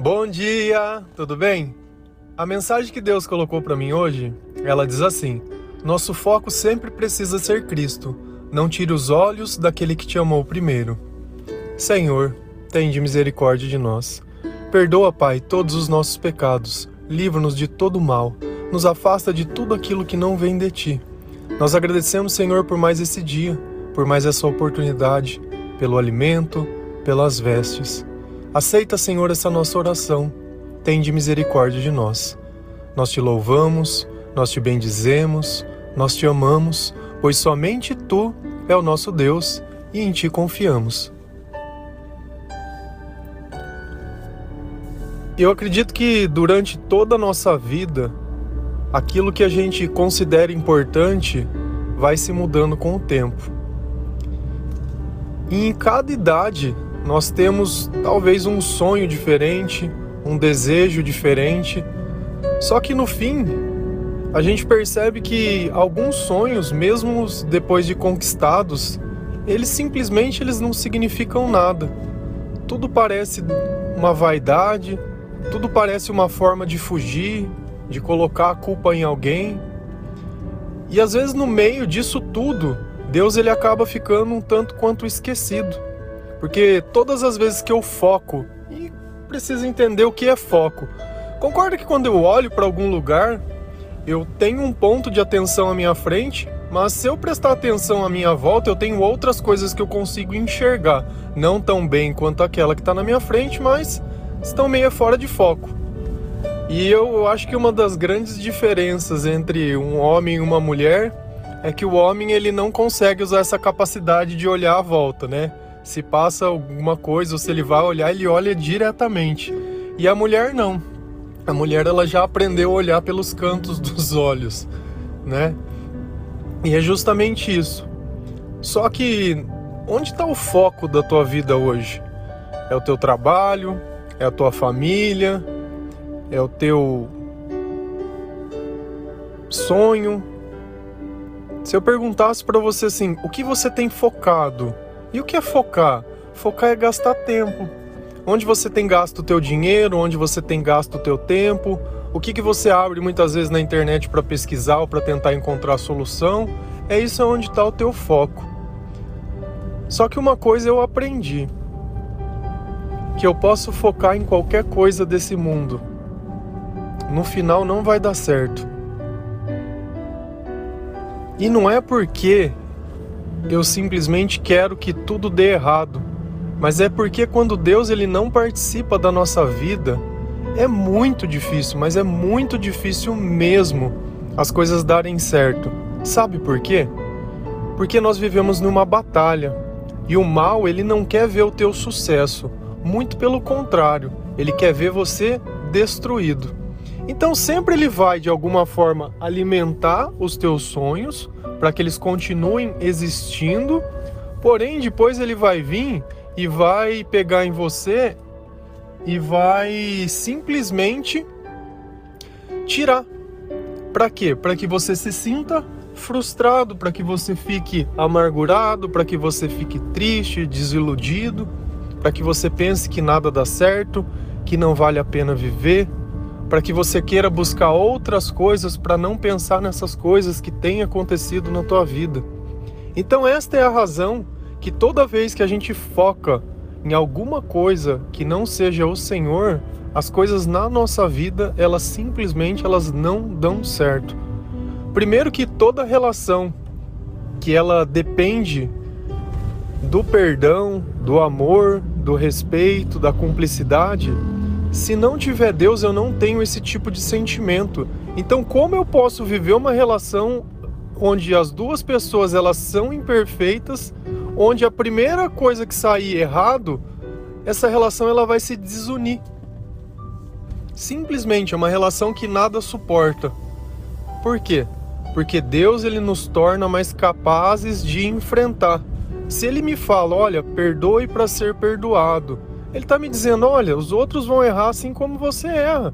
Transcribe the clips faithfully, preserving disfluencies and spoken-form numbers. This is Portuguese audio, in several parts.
Bom dia, tudo bem? A mensagem que Deus colocou para mim hoje, ela diz assim: nosso foco sempre precisa ser Cristo. Não tire os olhos daquele que te amou primeiro. Senhor, tende misericórdia de nós. Perdoa, Pai, todos os nossos pecados. Livra-nos de todo mal. Nos afasta de tudo aquilo que não vem de Ti. Nós agradecemos, Senhor, por mais esse dia, por mais essa oportunidade, pelo alimento, pelas vestes. Aceita, Senhor, essa nossa oração. Tende misericórdia de nós. Nós te louvamos, nós te bendizemos, nós te amamos, pois somente Tu é o nosso Deus e em Ti confiamos. Eu acredito que durante toda a nossa vida, aquilo que a gente considera importante vai se mudando com o tempo. E em cada idade, nós temos talvez um sonho diferente, um desejo diferente. Só que no fim, a gente percebe que alguns sonhos, mesmo depois de conquistados, eles simplesmente eles não significam nada. Tudo parece uma vaidade, tudo parece uma forma de fugir, de colocar a culpa em alguém. E às vezes no meio disso tudo, Deus ele acaba ficando um tanto quanto esquecido. Porque todas as vezes que eu foco, e preciso entender o que é foco. Concorda que quando eu olho para algum lugar, eu tenho um ponto de atenção à minha frente, mas se eu prestar atenção à minha volta, eu tenho outras coisas que eu consigo enxergar. Não tão bem quanto aquela que está na minha frente, mas estão meio fora de foco. E eu acho que uma das grandes diferenças entre um homem e uma mulher é que o homem ele não consegue usar essa capacidade de olhar à volta, né? Se passa alguma coisa ou se ele vai olhar, ele olha diretamente. E a mulher não. A mulher ela já aprendeu a olhar pelos cantos dos olhos, né? E é justamente isso. Só que onde está o foco da tua vida hoje? É o teu trabalho? É a tua família? É o teu sonho? Se eu perguntasse para você assim, o que você tem focado? E o que é focar? Focar é gastar tempo. Onde você tem gasto o teu dinheiro, onde você tem gasto o teu tempo, o que, que você abre muitas vezes na internet para pesquisar ou para tentar encontrar a solução, é isso onde está o teu foco. Só que uma coisa eu aprendi, que eu posso focar em qualquer coisa desse mundo. No final não vai dar certo. E não é porque eu simplesmente quero que tudo dê errado, mas é porque quando Deus ele não participa da nossa vida, é muito difícil, mas é muito difícil mesmo as coisas darem certo. Sabe por quê? Porque nós vivemos numa batalha, e o mal ele não quer ver o teu sucesso, muito pelo contrário, ele quer ver você destruído. Então sempre ele vai de alguma forma alimentar os teus sonhos, para que eles continuem existindo, porém depois ele vai vir e vai pegar em você e vai simplesmente tirar. Para quê? Para que você se sinta frustrado, para que você fique amargurado, para que você fique triste, desiludido, para que você pense que nada dá certo, que não vale a pena viver, para que você queira buscar outras coisas para não pensar nessas coisas que têm acontecido na tua vida. Então esta é a razão que toda vez que a gente foca em alguma coisa que não seja o Senhor, as coisas na nossa vida, elas simplesmente elas não dão certo. Primeiro que toda relação que ela depende do perdão, do amor, do respeito, da cumplicidade, se não tiver Deus, eu não tenho esse tipo de sentimento. Então, como eu posso viver uma relação onde as duas pessoas elas são imperfeitas, onde a primeira coisa que sair errado, essa relação ela vai se desunir? Simplesmente é uma relação que nada suporta. Por quê? Porque Deus ele nos torna mais capazes de enfrentar. Se Ele me fala, olha, perdoe para ser perdoado, Ele está me dizendo, olha, os outros vão errar assim como você erra.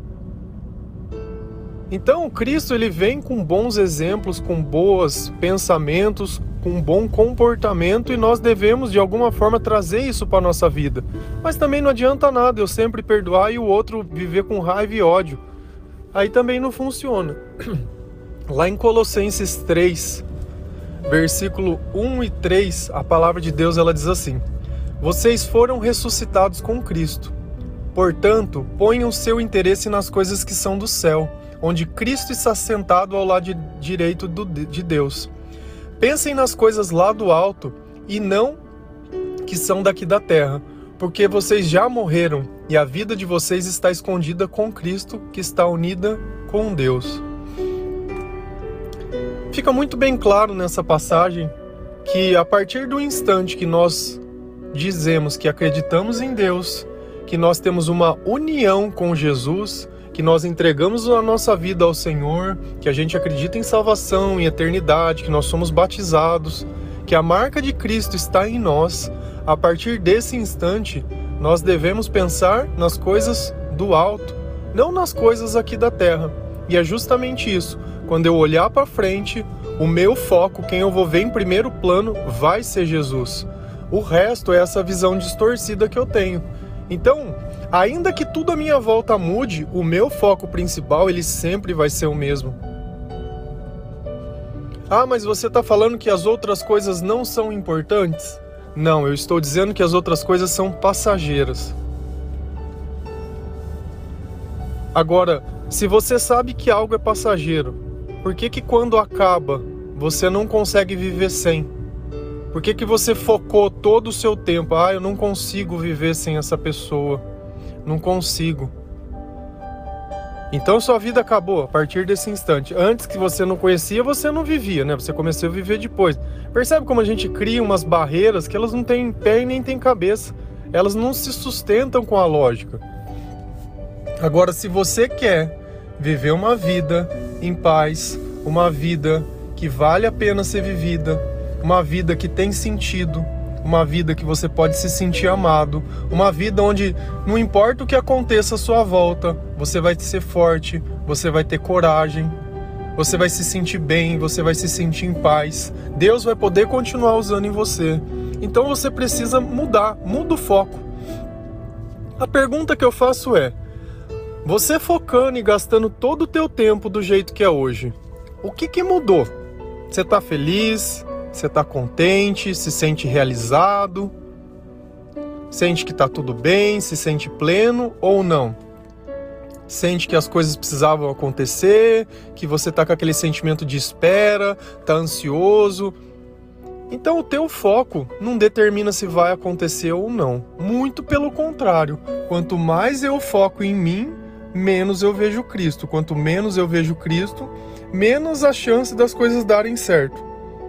Então, Cristo ele vem com bons exemplos, com bons pensamentos, com um bom comportamento e nós devemos de alguma forma trazer isso para a nossa vida. Mas também não adianta nada eu sempre perdoar e o outro viver com raiva e ódio. Aí também não funciona. Lá em Colossenses três, versículo um e três, a palavra de Deus ela diz assim: vocês foram ressuscitados com Cristo. Portanto, ponham o seu interesse nas coisas que são do céu, onde Cristo está sentado ao lado direito de Deus. Pensem nas coisas lá do alto e não que são daqui da terra, porque vocês já morreram e a vida de vocês está escondida com Cristo, que está unida com Deus. Fica muito bem claro nessa passagem que a partir do instante que nós dizemos que acreditamos em Deus, que nós temos uma união com Jesus, que nós entregamos a nossa vida ao Senhor, que a gente acredita em salvação, em eternidade, que nós somos batizados, que a marca de Cristo está em nós, a partir desse instante, nós devemos pensar nas coisas do alto, não nas coisas aqui da terra. E é justamente isso, quando eu olhar para frente, o meu foco, quem eu vou ver em primeiro plano, vai ser Jesus. O resto é essa visão distorcida que eu tenho. Então, ainda que tudo à minha volta mude, o meu foco principal, ele sempre vai ser o mesmo. Ah, mas você está falando que as outras coisas não são importantes? Não, eu estou dizendo que as outras coisas são passageiras. Agora, se você sabe que algo é passageiro, por que que quando acaba, você não consegue viver sem? Por que que você focou todo o seu tempo? Ah, eu não consigo viver sem essa pessoa. Não consigo. Então sua vida acabou a partir desse instante. Antes que você não conhecia, você não vivia, né? Você começou a viver depois. Percebe como a gente cria umas barreiras que elas não têm pé e nem têm cabeça. Elas não se sustentam com a lógica. Agora, se você quer viver uma vida em paz, uma vida que vale a pena ser vivida, uma vida que tem sentido, uma vida que você pode se sentir amado, uma vida onde não importa o que aconteça à sua volta, você vai ser forte, você vai ter coragem, você vai se sentir bem, você vai se sentir em paz. Deus vai poder continuar usando em você. Então você precisa mudar, muda o foco. A pergunta que eu faço é: você focando e gastando todo o teu tempo do jeito que é hoje, o que que mudou? Você está feliz? Você está contente, se sente realizado, sente que está tudo bem, se sente pleno ou não? Sente que as coisas precisavam acontecer, que você está com aquele sentimento de espera, está ansioso. Então o teu foco não determina se vai acontecer ou não. Muito pelo contrário, quanto mais eu foco em mim, menos eu vejo Cristo. Quanto menos eu vejo Cristo, menos a chance das coisas darem certo.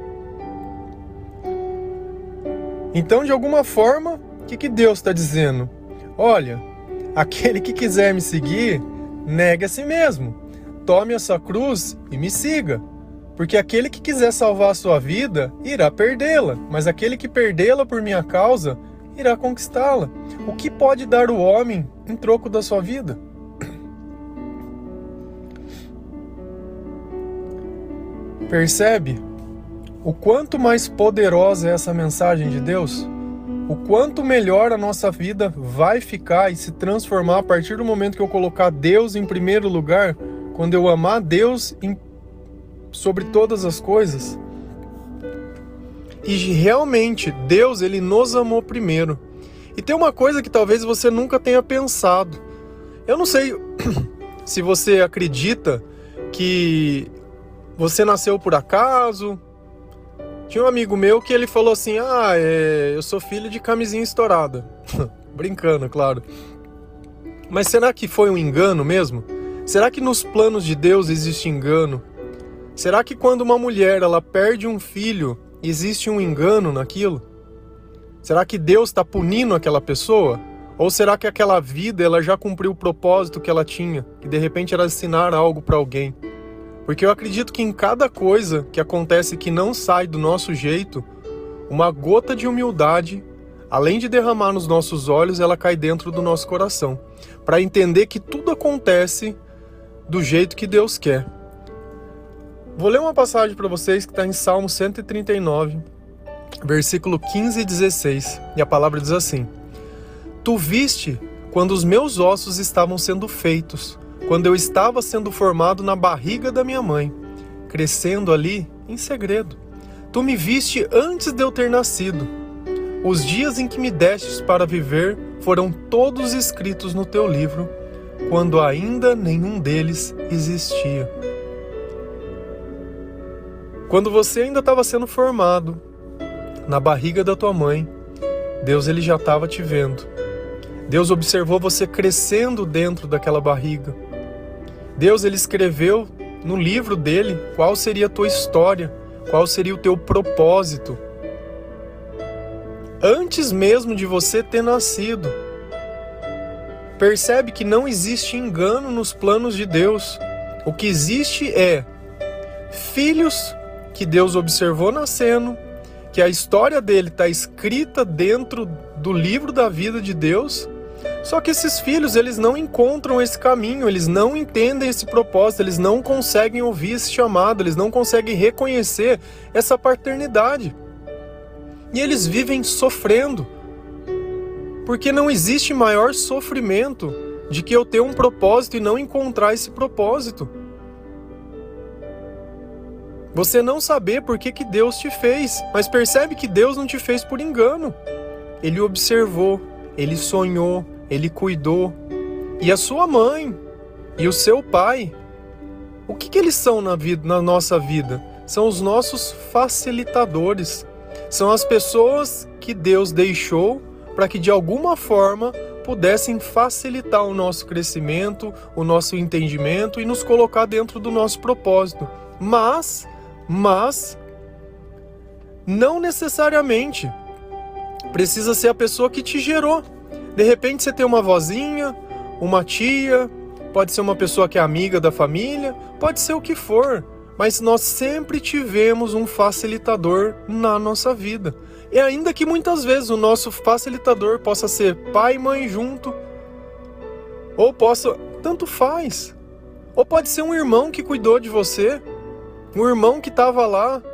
Então, de alguma forma, o que, que Deus está dizendo? Olha, aquele que quiser me seguir, negue a si mesmo. Tome a sua cruz e me siga. Porque aquele que quiser salvar a sua vida, irá perdê-la. Mas aquele que perdê-la por minha causa, irá conquistá-la. O que pode dar o homem em troco da sua vida? Percebe? O quanto mais poderosa é essa mensagem de Deus, o quanto melhor a nossa vida vai ficar e se transformar a partir do momento que eu colocar Deus em primeiro lugar, quando eu amar Deus em, sobre todas as coisas. E realmente, Deus, ele nos amou primeiro. E tem uma coisa que talvez você nunca tenha pensado. Eu não sei se você acredita que você nasceu por acaso. Tinha um amigo meu que ele falou assim: ah, é, eu sou filho de camisinha estourada. Brincando, claro. Mas será que foi um engano mesmo? Será que nos planos de Deus existe engano? Será que quando uma mulher ela perde um filho, existe um engano naquilo? Será que Deus está punindo aquela pessoa? Ou será que aquela vida ela já cumpriu o propósito que ela tinha? E de repente era ensinar algo para alguém? Porque eu acredito que em cada coisa que acontece que não sai do nosso jeito, uma gota de humildade, além de derramar nos nossos olhos, ela cai dentro do nosso coração. Para entender que tudo acontece do jeito que Deus quer. Vou ler uma passagem para vocês que está em Salmo cento e trinta e nove, versículo quinze e dezesseis. E a palavra diz assim: Tu viste quando os meus ossos estavam sendo feitos, quando eu estava sendo formado na barriga da minha mãe, crescendo ali em segredo. Tu me viste antes de eu ter nascido. Os dias em que me destes para viver foram todos escritos no teu livro, quando ainda nenhum deles existia. Quando você ainda estava sendo formado na barriga da tua mãe, Deus ele já estava te vendo. Deus observou você crescendo dentro daquela barriga. Deus ele escreveu no livro dele qual seria a tua história, qual seria o teu propósito. Antes mesmo de você ter nascido. Percebe que não existe engano nos planos de Deus. O que existe é filhos que Deus observou nascendo, que a história dele está escrita dentro do livro da vida de Deus, só que esses filhos eles não encontram esse caminho, eles não entendem esse propósito, eles não conseguem ouvir esse chamado, eles não conseguem reconhecer essa paternidade. E eles vivem sofrendo, porque não existe maior sofrimento de que eu ter um propósito e não encontrar esse propósito. Você não saber por que que Deus te fez, mas percebe que Deus não te fez por engano. Ele observou, ele sonhou, ele cuidou. E a sua mãe e o seu pai, o que que eles são na vida, na nossa vida? São os nossos facilitadores. São as pessoas que Deus deixou para que de alguma forma pudessem facilitar o nosso crescimento, o nosso entendimento e nos colocar dentro do nosso propósito. Mas... Mas, não necessariamente precisa ser a pessoa que te gerou. De repente você tem uma vozinha, uma tia, pode ser uma pessoa que é amiga da família, pode ser o que for. Mas nós sempre tivemos um facilitador na nossa vida. E ainda que muitas vezes o nosso facilitador possa ser pai e mãe junto, ou possa, tanto faz. Ou pode ser um irmão que cuidou de você, um irmão que estava lá.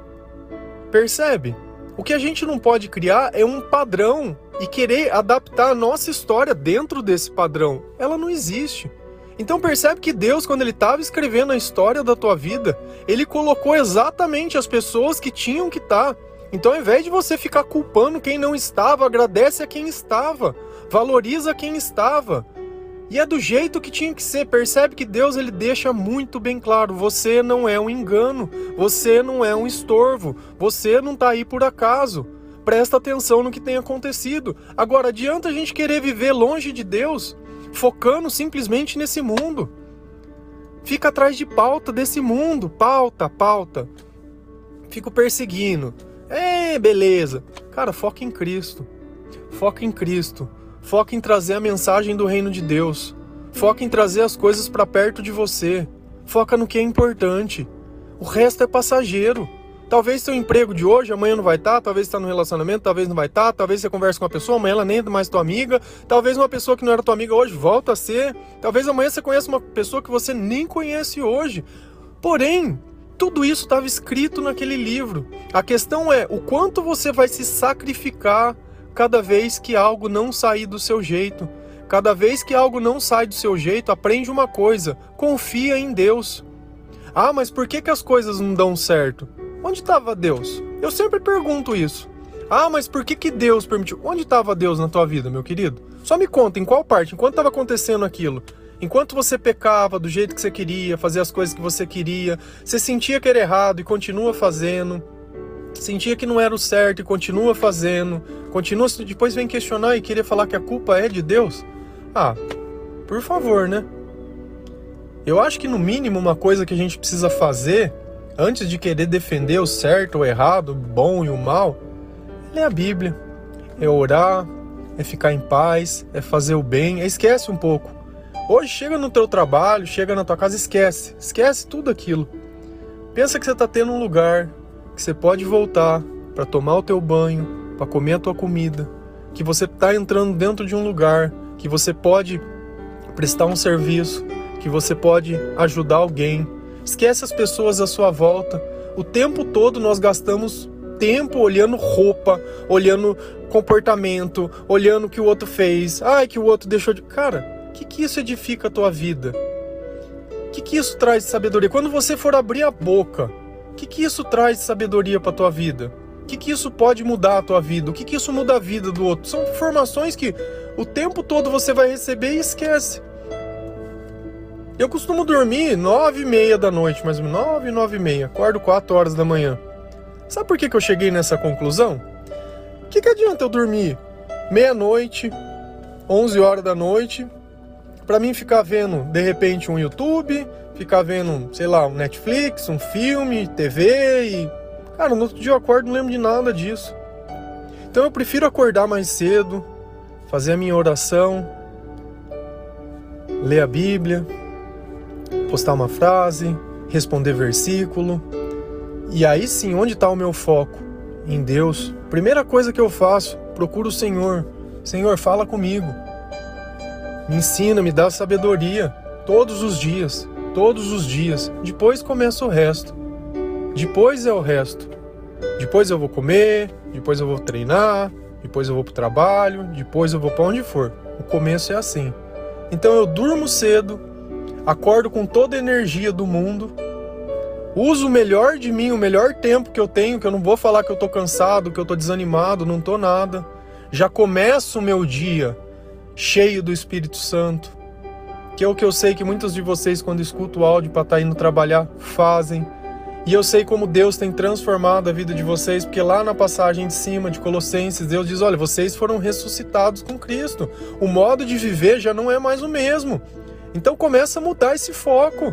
Percebe? O que a gente não pode criar é um padrão e querer adaptar a nossa história dentro desse padrão. Ela não existe. Então percebe que Deus, quando Ele estava escrevendo a história da tua vida, Ele colocou exatamente as pessoas que tinham que estar. Então ao invés de você ficar culpando quem não estava, agradece a quem estava. Valoriza quem estava. E é do jeito que tinha que ser. Percebe que Deus ele deixa muito bem claro: você não é um engano, você não é um estorvo, você não está aí por acaso. Presta atenção no que tem acontecido. Agora, adianta a gente querer viver longe de Deus, focando simplesmente nesse mundo. Fica atrás de pauta desse mundo, pauta, pauta. Fico perseguindo. É, beleza. Cara, foca em Cristo. Foca em Cristo. Foca em trazer a mensagem do reino de Deus. Foca em trazer as coisas para perto de você. Foca no que é importante. O resto é passageiro. Talvez seu emprego de hoje, amanhã não vai estar. Talvez você está no relacionamento, talvez não vai estar. Talvez você converse com uma pessoa, amanhã ela nem é mais tua amiga. Talvez uma pessoa que não era tua amiga hoje volta a ser. Talvez amanhã você conheça uma pessoa que você nem conhece hoje. Porém, tudo isso estava escrito naquele livro. A questão é o quanto você vai se sacrificar cada vez que algo não sair do seu jeito. Cada vez que algo não sai do seu jeito, aprende uma coisa: confia em Deus. Ah, mas por que que as coisas não dão certo? Onde estava Deus? Eu sempre pergunto isso. Ah, mas por que que Deus permitiu? Onde estava Deus na tua vida, meu querido? Só me conta, em qual parte? Enquanto estava acontecendo aquilo? Enquanto você pecava do jeito que você queria, fazia as coisas que você queria, você sentia que era errado e continua fazendo, sentia que não era o certo e continua fazendo, continua, depois vem questionar e querer falar que a culpa é de Deus? Ah, por favor, né? Eu acho que no mínimo uma coisa que a gente precisa fazer, antes de querer defender o certo ou errado, o bom e o mal, é ler a Bíblia, é orar, é ficar em paz, é fazer o bem, é esquece um pouco. Hoje chega no teu trabalho, chega na tua casa, esquece, esquece tudo aquilo. Pensa que você está tendo um lugar que você pode voltar para tomar o teu banho, para comer a tua comida, que você está entrando dentro de um lugar que você pode prestar um serviço, que você pode ajudar alguém. Esquece as pessoas à sua volta. O tempo todo nós gastamos tempo olhando roupa, olhando comportamento, olhando o que o outro fez. Ai, que o outro deixou de... Cara, o que, que isso edifica a tua vida? O que, que isso traz de sabedoria? Quando você for abrir a boca, o que, que isso traz de sabedoria para a tua vida? O que, que isso pode mudar a tua vida? O que, que isso muda a vida do outro? São informações que o tempo todo você vai receber e esquece. Eu costumo dormir nove e meia da noite, mais ou menos, nove, nove e meia. Acordo quatro horas da manhã. Sabe por que, que eu cheguei nessa conclusão? O que, que adianta eu dormir meia-noite, onze horas da noite, pra mim ficar vendo, de repente, um YouTube, ficar vendo, sei lá, um Netflix, um filme, T V e... Cara, no outro dia eu acordo e não lembro de nada disso. Então eu prefiro acordar mais cedo, fazer a minha oração, ler a Bíblia, postar uma frase, responder versículo. E aí sim, onde está o meu foco? Em Deus. Primeira coisa que eu faço, procuro o Senhor. Senhor, fala comigo. Me ensina, me dá sabedoria. Todos os dias. Todos os dias. Depois começa o resto. Depois é o resto. Depois eu vou comer, depois eu vou treinar, depois eu vou pro trabalho, depois eu vou para onde for. O começo é assim. Então eu durmo cedo, acordo com toda a energia do mundo, uso o melhor de mim, o melhor tempo que eu tenho, que eu não vou falar que eu tô cansado, que eu tô desanimado, não tô nada. Já começo o meu dia cheio do Espírito Santo, que é o que eu sei que muitos de vocês, quando escutam o áudio para estar indo trabalhar, fazem. E eu sei como Deus tem transformado a vida de vocês, porque lá na passagem de cima de Colossenses, Deus diz, olha, vocês foram ressuscitados com Cristo. O modo de viver já não é mais o mesmo. Então começa a mudar esse foco.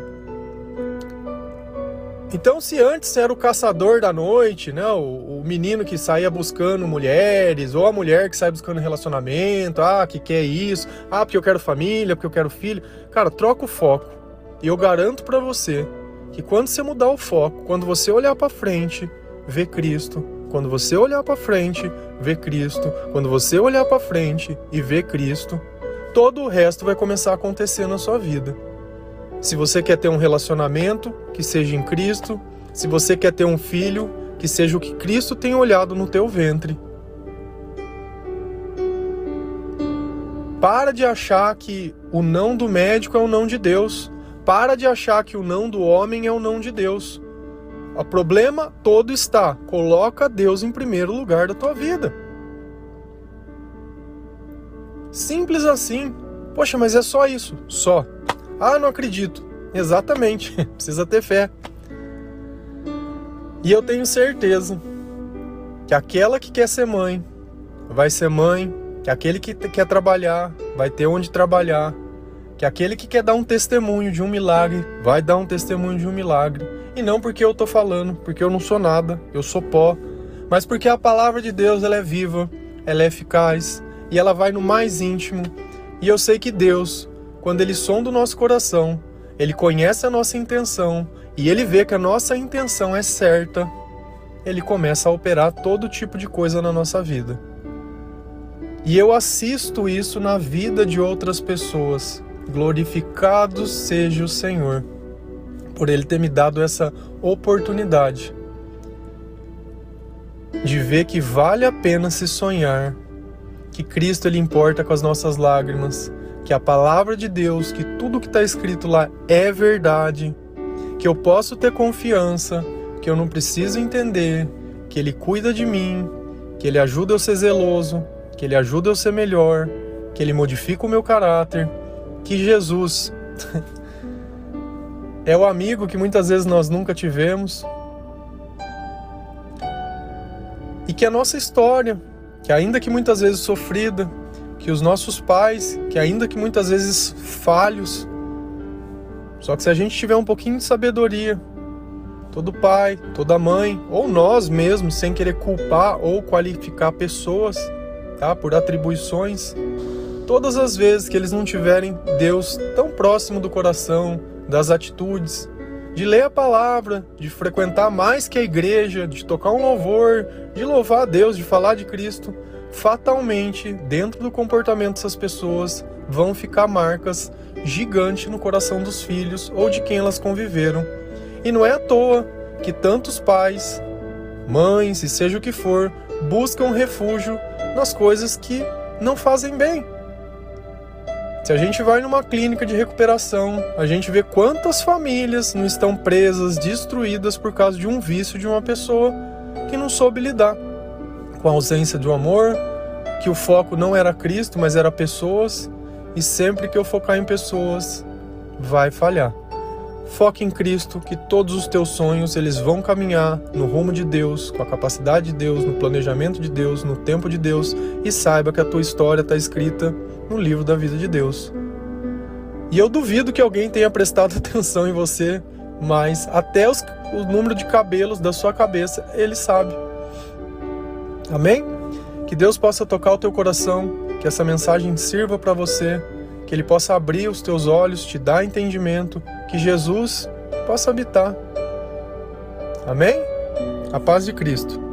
Então se antes era o caçador da noite, né, o, o menino que saía buscando mulheres, ou a mulher que sai buscando relacionamento, ah, que quer isso, ah, porque eu quero família, porque eu quero filho. Cara, troca o foco. E eu garanto pra você que quando você mudar o foco, quando você olhar para frente, ver Cristo. Quando você olhar para frente, ver Cristo. Quando você olhar para frente e ver Cristo, todo o resto vai começar a acontecer na sua vida. Se você quer ter um relacionamento, que seja em Cristo. Se você quer ter um filho, que seja o que Cristo tem olhado no teu ventre. Para de achar que o não do médico é o não de Deus. Para de achar que o não do homem é o não de Deus. O problema todo está, coloca Deus em primeiro lugar da tua vida. Simples assim. Poxa, mas é só isso? Só. Ah, não acredito. Exatamente. Precisa ter fé. E eu tenho certeza que aquela que quer ser mãe, vai ser mãe. Que aquele que quer trabalhar, vai ter onde trabalhar. Que aquele que quer dar um testemunho de um milagre, vai dar um testemunho de um milagre. E não porque eu tô falando, porque eu não sou nada, eu sou pó. Mas porque a palavra de Deus, ela é viva, ela é eficaz, e ela vai no mais íntimo. E eu sei que Deus, quando Ele sonda o nosso coração, Ele conhece a nossa intenção, e Ele vê que a nossa intenção é certa, Ele começa a operar todo tipo de coisa na nossa vida. E eu assisto isso na vida de outras pessoas. Glorificado seja o Senhor, por Ele ter me dado essa oportunidade de ver que vale a pena se sonhar, que Cristo Ele importa com as nossas lágrimas, que a palavra de Deus, que tudo que está escrito lá é verdade, que eu posso ter confiança, que eu não preciso entender, que Ele cuida de mim, que Ele ajuda eu ser zeloso, que Ele ajuda eu ser melhor, que Ele modifica o meu caráter, que Jesus é o amigo que muitas vezes nós nunca tivemos, e que a nossa história, que ainda que muitas vezes sofrida, que os nossos pais, que ainda que muitas vezes falhos, só que se a gente tiver um pouquinho de sabedoria, todo pai, toda mãe, ou nós mesmos, sem querer culpar ou qualificar pessoas, tá, por atribuições, todas as vezes que eles não tiverem Deus tão próximo do coração, das atitudes, de ler a palavra, de frequentar mais que a igreja, de tocar um louvor, de louvar a Deus, de falar de Cristo, fatalmente, dentro do comportamento dessas pessoas, vão ficar marcas gigantes no coração dos filhos ou de quem elas conviveram. E não é à toa que tantos pais, mães e seja o que for, buscam refúgio nas coisas que não fazem bem. Se a gente vai numa clínica de recuperação, a gente vê quantas famílias não estão presas, destruídas por causa de um vício de uma pessoa que não soube lidar com a ausência do amor, que o foco não era Cristo, mas era pessoas, e sempre que eu focar em pessoas, vai falhar. Foque em Cristo, que todos os teus sonhos eles vão caminhar no rumo de Deus, com a capacidade de Deus, no planejamento de Deus, no tempo de Deus, e saiba que a tua história está escrita no livro da vida de Deus. E eu duvido que alguém tenha prestado atenção em você, mas até os, o número de cabelos da sua cabeça, Ele sabe. Amém? Que Deus possa tocar o teu coração, que essa mensagem sirva para você, que Ele possa abrir os teus olhos, te dar entendimento, que Jesus possa habitar. Amém? A paz de Cristo.